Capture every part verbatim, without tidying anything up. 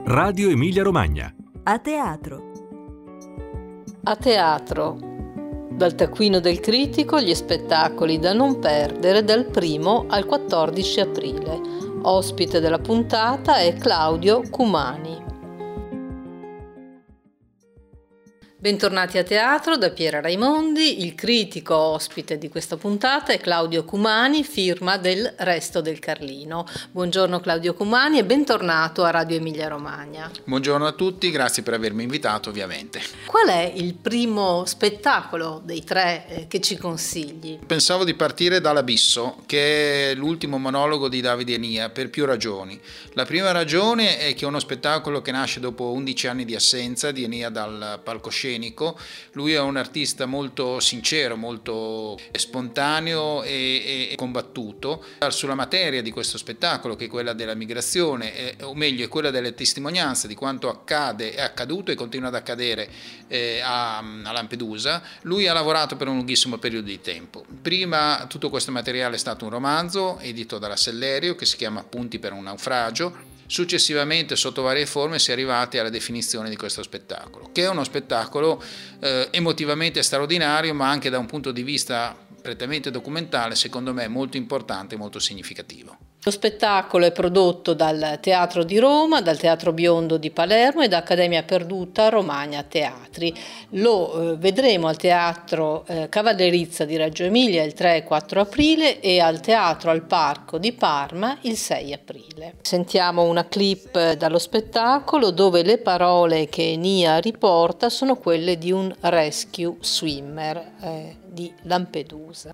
Radio Emilia Romagna. A teatro. A teatro. Dal taccuino del critico gli spettacoli da non perdere dal primo al quattordici aprile. Ospite della puntata è Claudio Cumani. Bentornati a teatro da Piera Raimondi. Il critico ospite di questa puntata è Claudio Cumani, firma del Resto del Carlino. Buongiorno Claudio Cumani e bentornato a Radio Emilia Romagna. Buongiorno a tutti, grazie per avermi invitato ovviamente. Qual è il primo spettacolo dei tre eh, che ci consigli? Pensavo di partire dall'Abisso, che è l'ultimo monologo di Davide Enia, per più ragioni. La prima ragione è che è uno spettacolo che nasce dopo undici anni di assenza di Enia dal palcoscenico. Lui è un artista molto sincero, molto spontaneo e, e combattuto sulla materia di questo spettacolo, che è quella della migrazione, eh, o meglio è quella delle testimonianze di quanto accade, è accaduto e continua ad accadere eh, a, a Lampedusa. Lui ha lavorato per un lunghissimo periodo di tempo. Prima tutto questo materiale è stato un romanzo edito dalla Sellerio che si chiama Appunti per un naufragio. Successivamente, sotto varie forme, si è arrivati alla definizione di questo spettacolo, che è uno spettacolo eh, emotivamente straordinario, ma anche da un punto di vista prettamente documentale, secondo me molto importante e molto significativo. Lo spettacolo è prodotto dal Teatro di Roma, dal Teatro Biondo di Palermo e da Accademia Perduta Romagna Teatri. Lo eh, vedremo al Teatro eh, Cavallerizza di Reggio Emilia il tre e quattro aprile e al Teatro al Parco di Parma il sei aprile. Sentiamo una clip dallo spettacolo dove le parole che Enia riporta sono quelle di un rescue swimmer eh, di Lampedusa.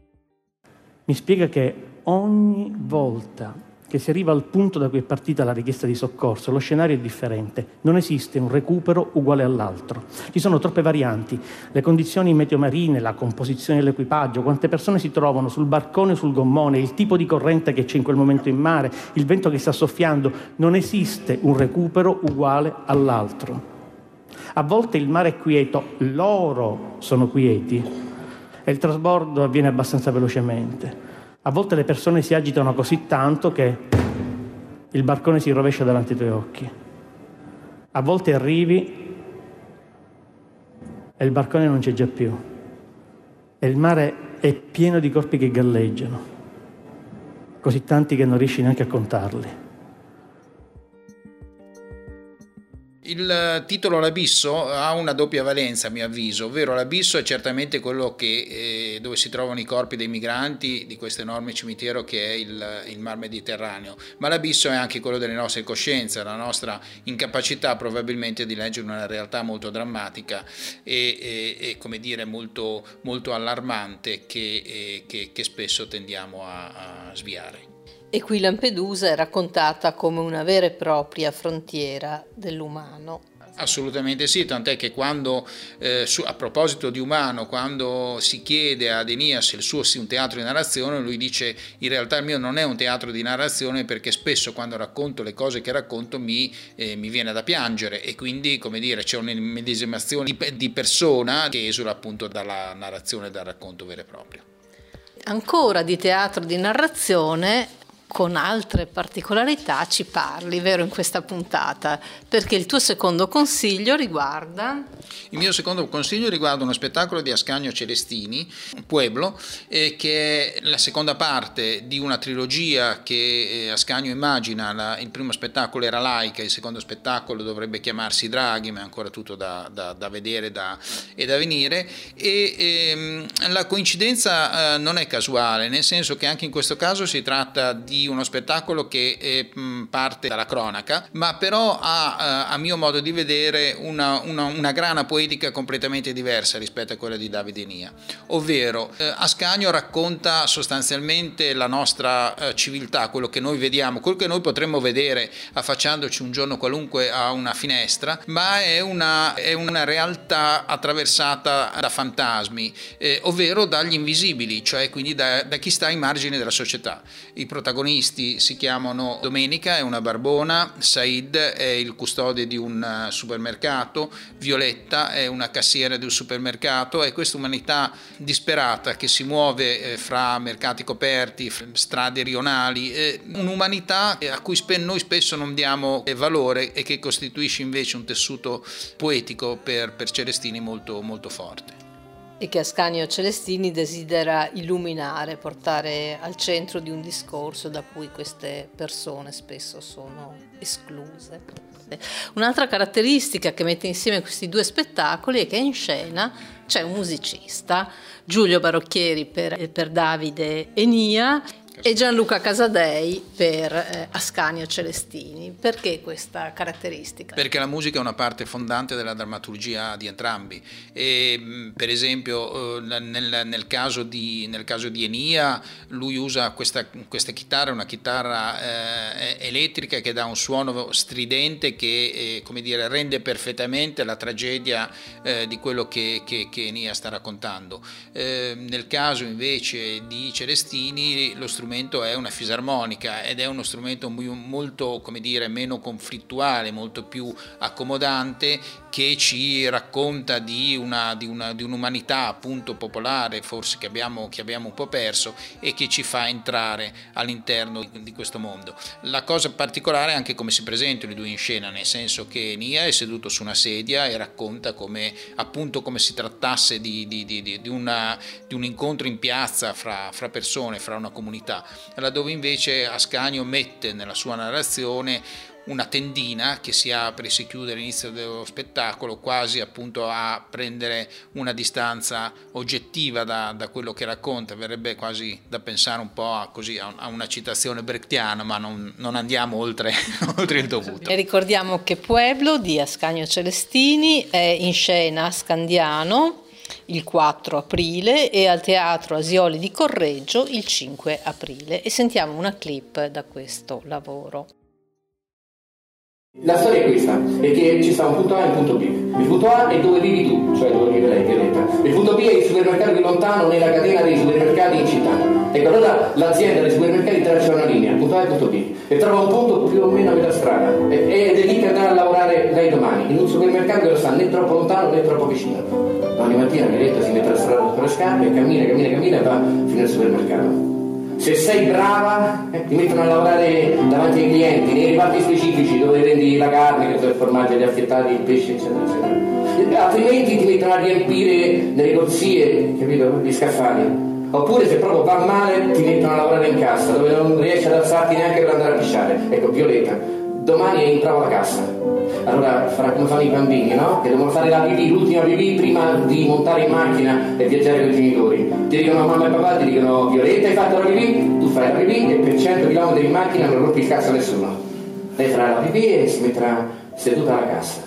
Mi spiega che ogni volta che si arriva al punto da cui è partita la richiesta di soccorso, lo scenario è differente. Non esiste un recupero uguale all'altro. Ci sono troppe varianti. Le condizioni meteomarine, la composizione dell'equipaggio, quante persone si trovano sul barcone o sul gommone, il tipo di corrente che c'è in quel momento in mare, il vento che sta soffiando. Non esiste un recupero uguale all'altro. A volte il mare è quieto, loro sono quieti e il trasbordo avviene abbastanza velocemente. A volte le persone si agitano così tanto che il barcone si rovescia davanti ai tuoi occhi. A volte arrivi e il barcone non c'è già più. E il mare è pieno di corpi che galleggiano, così tanti che non riesci neanche a contarli. Il titolo L'Abisso ha una doppia valenza, a mio avviso, ovvero l'abisso è certamente quello che, eh, dove si trovano i corpi dei migranti di questo enorme cimitero che è il, il Mar Mediterraneo, ma l'abisso è anche quello delle nostre coscienze, la nostra incapacità probabilmente di leggere una realtà molto drammatica e, e, e come dire molto, molto allarmante che, e, che, che spesso tendiamo a, a sviare. E qui Lampedusa è raccontata come una vera e propria frontiera dell'umano. Assolutamente sì, tant'è che quando, eh, su, a proposito di umano, quando si chiede ad Enia se il suo sia un teatro di narrazione, lui dice in realtà il mio non è un teatro di narrazione perché spesso quando racconto le cose che racconto mi, eh, mi viene da piangere e quindi come dire c'è un'immedesimazione di, di persona che esula appunto dalla narrazione e dal racconto vero e proprio. Ancora di teatro di narrazione con altre particolarità ci parli, vero, in questa puntata, perché il tuo secondo consiglio riguarda... Il mio secondo consiglio riguarda uno spettacolo di Ascanio Celestini, Pueblo, eh, che è la seconda parte di una trilogia che eh, Ascanio immagina. La, il primo spettacolo era Laica, il secondo spettacolo dovrebbe chiamarsi Draghi, ma è ancora tutto da, da, da vedere da, e da venire. E ehm, la coincidenza eh, non è casuale, nel senso che anche in questo caso si tratta di uno spettacolo che eh, parte dalla cronaca, ma però ha, a mio modo di vedere, una, una, una grana poetica completamente diversa rispetto a quella di Davide Enia. Ovvero, eh, Ascanio racconta sostanzialmente la nostra eh, civiltà, quello che noi vediamo, quello che noi potremmo vedere affacciandoci un giorno qualunque a una finestra, ma è una, è una realtà attraversata da fantasmi, eh, ovvero dagli invisibili, cioè quindi da, da chi sta ai margini della società. I protagonisti protagonisti si chiamano Domenica, è una barbona, Said è il custode di un supermercato, Violetta è una cassiera di un supermercato, e questa umanità disperata che si muove fra mercati coperti, strade rionali, un'umanità a cui noi spesso non diamo valore e che costituisce invece un tessuto poetico per, per Celestini molto, molto forte. E che Ascanio Celestini desidera illuminare, portare al centro di un discorso da cui queste persone spesso sono escluse. Un'altra caratteristica che mette insieme questi due spettacoli è che in scena c'è un musicista, Giulio Barocchieri per, per Davide Enia e Gianluca Casadei per eh, Ascanio Celestini. Perché questa caratteristica? Perché la musica è una parte fondante della drammaturgia di entrambi, e per esempio eh, nel, nel, caso di, nel caso di Enia lui usa questa, questa chitarra, una chitarra eh, elettrica che dà un suono stridente che eh, come dire, rende perfettamente la tragedia eh, di quello che, che, che Enia sta raccontando. Eh, nel caso invece di Celestini lo strumento è una fisarmonica, ed è uno strumento molto, come dire, meno conflittuale, molto più accomodante, che ci racconta di, una, di, una, di un'umanità appunto popolare, forse che abbiamo, che abbiamo un po' perso, e che ci fa entrare all'interno di, di questo mondo. La cosa particolare è anche come si presentano i due in scena, nel senso che Enia è seduto su una sedia e racconta come appunto come si trattasse di, di, di, di, una, di un incontro in piazza fra, fra persone, fra una comunità, laddove invece Ascanio mette nella sua narrazione una tendina che si apre e si chiude all'inizio dello spettacolo, quasi appunto a prendere una distanza oggettiva da, da quello che racconta. Verrebbe quasi da pensare un po' a, così, a una citazione brechtiana, ma non, non andiamo oltre, oltre il dovuto. E ricordiamo che Pueblo di Ascanio Celestini è in scena a Scandiano il quattro aprile e al Teatro Asioli di Correggio il cinque aprile, e sentiamo una clip da questo lavoro. La storia è questa, è che ci sta un punto A e un punto B. Il punto A è dove vivi tu, cioè dove vive lei, Violetta. Il punto B è il supermercato di lontano nella catena dei supermercati in città. Ecco, allora l'azienda dei supermercati traccia una linea, punto A e punto B, e trova un punto più o meno a metà strada, ed è lì che andrà a lavorare lei domani, in un supermercato che non sta né troppo lontano né troppo vicino. Domani mattina Violetta si mette alla strada sotto le scarpe e cammina, cammina, cammina e va fino al supermercato. Se sei brava eh, ti mettono a lavorare davanti ai clienti, nei reparti specifici dove vendi la carne, il formaggio, gli affettati, il pesce, eccetera, eccetera. Altrimenti ti mettono a riempire nelle corsie, capito? Gli scaffali. Oppure se proprio va male ti mettono a lavorare in cassa, dove non riesci ad alzarti neanche per andare a pisciare. Ecco, Violetta, domani è in prova alla cassa. Allora farà come fanno i bambini, no? Che devono fare la pipì, l'ultima pipì prima di montare in macchina e viaggiare con i genitori. Ti dicono mamma e papà, ti dicono Violetta hai fatto la pipì? Tu fai la pipì e per cento chilometri in macchina non rompi il cazzo a nessuno. Lei farà la pipì e si metterà seduta alla cassa.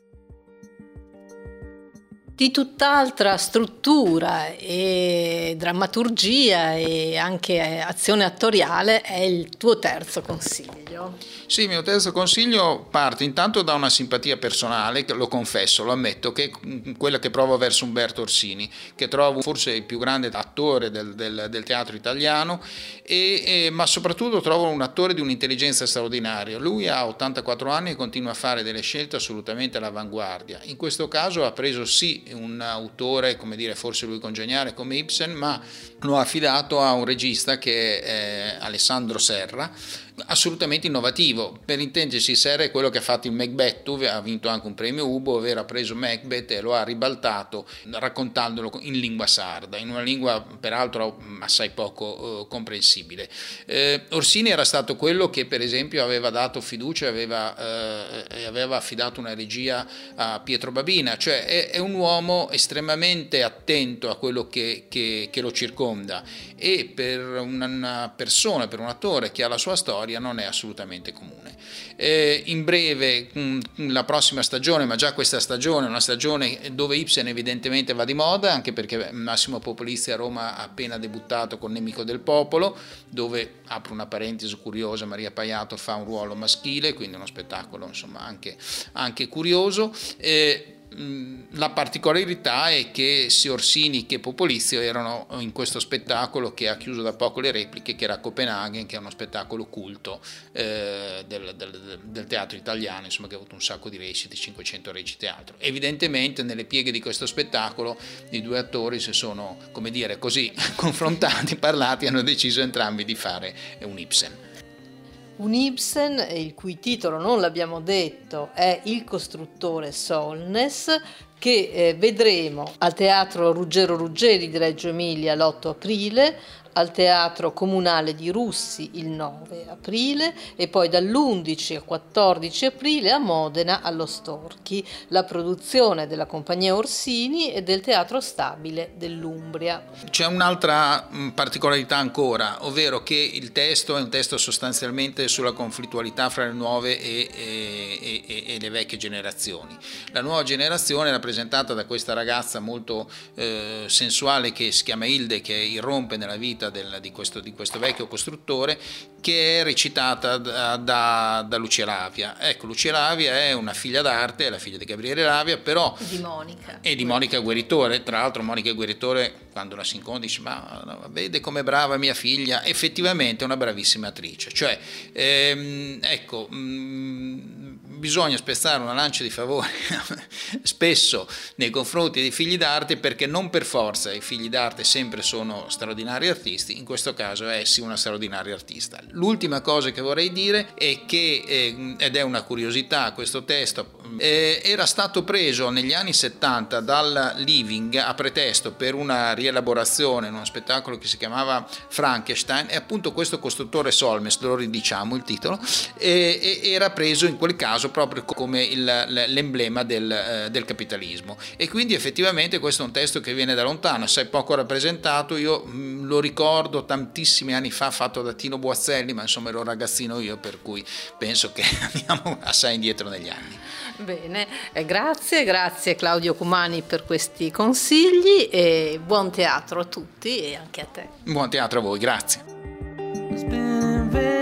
Di tutt'altra struttura e drammaturgia e anche azione attoriale è il tuo terzo consiglio. Sì, il mio terzo consiglio parte intanto da una simpatia personale, che lo confesso, lo ammetto, che è quella che provo verso Umberto Orsini, che trovo forse il più grande attore del, del, del teatro italiano, e, e, ma soprattutto trovo un attore di un'intelligenza straordinaria. Lui ha ottantaquattro anni e continua a fare delle scelte assolutamente all'avanguardia. In questo caso ha preso sì un autore, come dire, forse lui congeniale come Ibsen, ma lo ha affidato a un regista che è Alessandro Serra, assolutamente innovativo. Per intenderci, Serra è quello che ha fatto il Macbeth, ha vinto anche un premio Ubo, ovvero ha preso Macbeth e lo ha ribaltato raccontandolo in lingua sarda, in una lingua peraltro assai poco eh, comprensibile. Eh, Orsini era stato quello che per esempio aveva dato fiducia e aveva, eh, aveva affidato una regia a Pietro Babina, cioè è, è un uomo estremamente attento a quello che, che, che lo circonda, e per una persona, per un attore che ha la sua storia, non è assolutamente comune. Eh, in breve mh, la prossima stagione, ma già questa stagione è una stagione dove Ibsen evidentemente va di moda, anche perché Massimo Popolizzi a Roma ha appena debuttato con Nemico del Popolo, dove, apro una parentesi curiosa, Maria Paiato fa un ruolo maschile, quindi uno spettacolo insomma anche, anche curioso. Eh, La particolarità è che sia Orsini che Popolizio erano in questo spettacolo che ha chiuso da poco le repliche, che era Copenaghen, che è uno spettacolo culto eh, del, del, del teatro italiano, insomma, che ha avuto un sacco di reciti, cinquecento reciti teatro. Evidentemente nelle pieghe di questo spettacolo i due attori si sono, come dire, così confrontati, parlati, hanno deciso entrambi di fare un Ibsen. Un Ibsen, il cui titolo non l'abbiamo detto, è Il costruttore Solnes, che eh, vedremo al Teatro Ruggero Ruggeri di Reggio Emilia l'otto aprile, al Teatro Comunale di Russi il nove aprile e poi dall'undici al quattordici aprile a Modena allo Storchi, la produzione della compagnia Orsini e del Teatro Stabile dell'Umbria. C'è un'altra particolarità ancora, ovvero che il testo è un testo sostanzialmente sulla conflittualità fra le nuove e, e, e, e le vecchie generazioni. La nuova generazione è rappresentata da questa ragazza molto eh, sensuale che si chiama Hilde, che irrompe nella vita Del, di, questo, di questo vecchio costruttore, che è recitata da, da, da Lucia Lavia. Ecco, Lucia Lavia è una figlia d'arte, è la figlia di Gabriele Lavia, però di Monica e di Monica Gueritore. Tra l'altro Monica Gueritore, quando la si incontra, dice: ma no, vede com'è brava mia figlia. Effettivamente è una bravissima attrice, cioè ehm, ecco mh, bisogna spezzare una lancia di favore spesso nei confronti dei figli d'arte, perché non per forza i figli d'arte sempre sono straordinari artisti, in questo caso è sì una straordinaria artista. L'ultima cosa che vorrei dire è che, eh, ed è una curiosità, questo testo eh, era stato preso negli anni settanta dal Living a pretesto per una rielaborazione in uno spettacolo che si chiamava Frankenstein, e appunto questo costruttore Solmes, lo ridiciamo il titolo, eh, era preso in quel caso proprio come il, l'emblema del, eh, del capitalismo, e quindi effettivamente questo è un testo che viene da lontano, assai poco rappresentato. Io mh, lo ricordo tantissimi anni fa fatto da Tino Boazzelli, ma insomma ero ragazzino io, per cui penso che andiamo assai indietro negli anni. Bene, eh, grazie, grazie Claudio Cumani per questi consigli e buon teatro a tutti e anche a te. Buon teatro a voi, grazie.